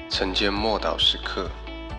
晨间默祷时刻，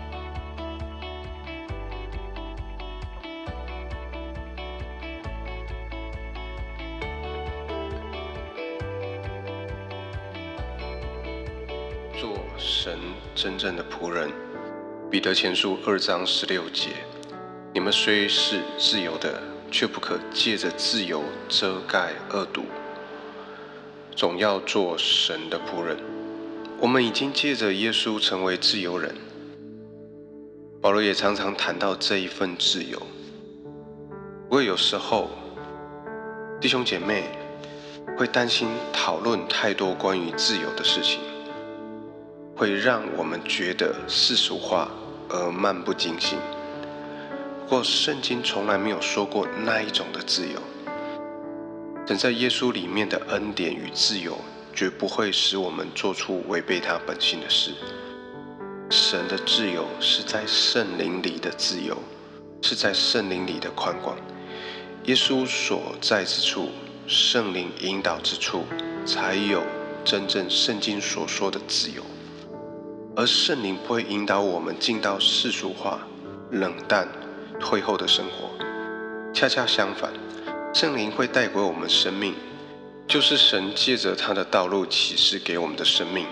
做神真正的仆人。彼得前书2章16节：你们虽是自由的，却不可借着自由遮盖恶毒，总要做神的仆人。我们已经借着耶稣成为自由人。保罗也常常谈到这一份自由。不过有时候弟兄姐妹会担心讨论太多关于自由的事情，会让我们觉得世俗化而漫不经心。不过圣经从来没有说过那一种的自由。神在耶稣里面的恩典与自由，绝不会使我们做出违背他本性的事。神的自由是在圣灵里的自由，是在圣灵里的宽广。耶稣所在之处，圣灵引导之处，才有真正圣经所说的自由。而圣灵不会引导我们进到世俗化、冷淡、退后的生活，恰恰相反，圣灵会带给我们生命，就是神借着他的道路启示给我们的生命。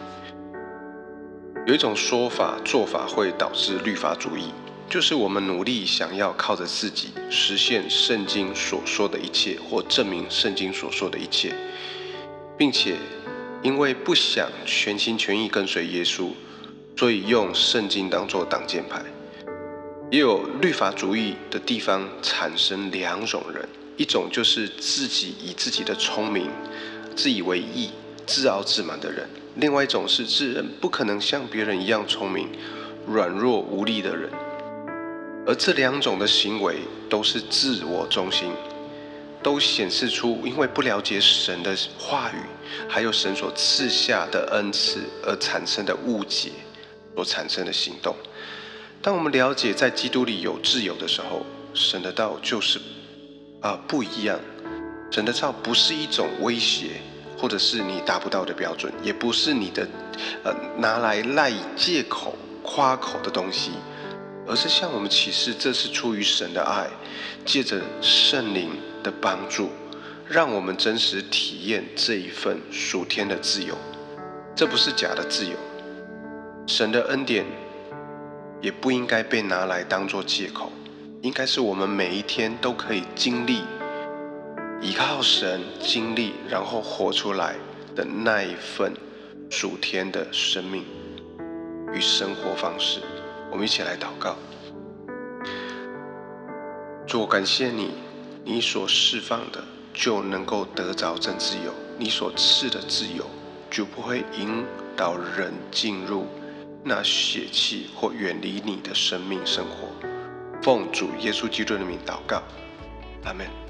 有一种说法、做法会导致律法主义，就是我们努力想要靠着自己实现圣经所说的一切，或证明圣经所说的一切，并且因为不想全心全意跟随耶稣，所以用圣经当作挡箭牌。也有律法主义的地方产生两种人，一种就是自己以自己的聪明自以为义、自傲自满的人，另外一种是自认不可能像别人一样聪明、软弱无力的人。而这两种的行为都是自我中心，都显示出因为不了解神的话语，还有神所赐下的恩赐而产生的误解所产生的行动。当我们了解在基督里有自由的时候，神的道就是不一样。神的道不是一种威胁，或者是你达不到的标准，也不是你的拿来赖以借口夸口的东西，而是向我们启示这是出于神的爱，借着圣灵的帮助，让我们真实体验这一份属天的自由。这不是假的自由，神的恩典也不应该被拿来当作借口，应该是我们每一天都可以经历，依靠神经历，然后活出来的那一份属天的生命与生活方式。我们一起来祷告。主，我感谢你，你所释放的就能够得着真自由，你所赐的自由就不会引导人进入那血气或远离你的生命生活。奉主耶稣基督的名祷告，阿们。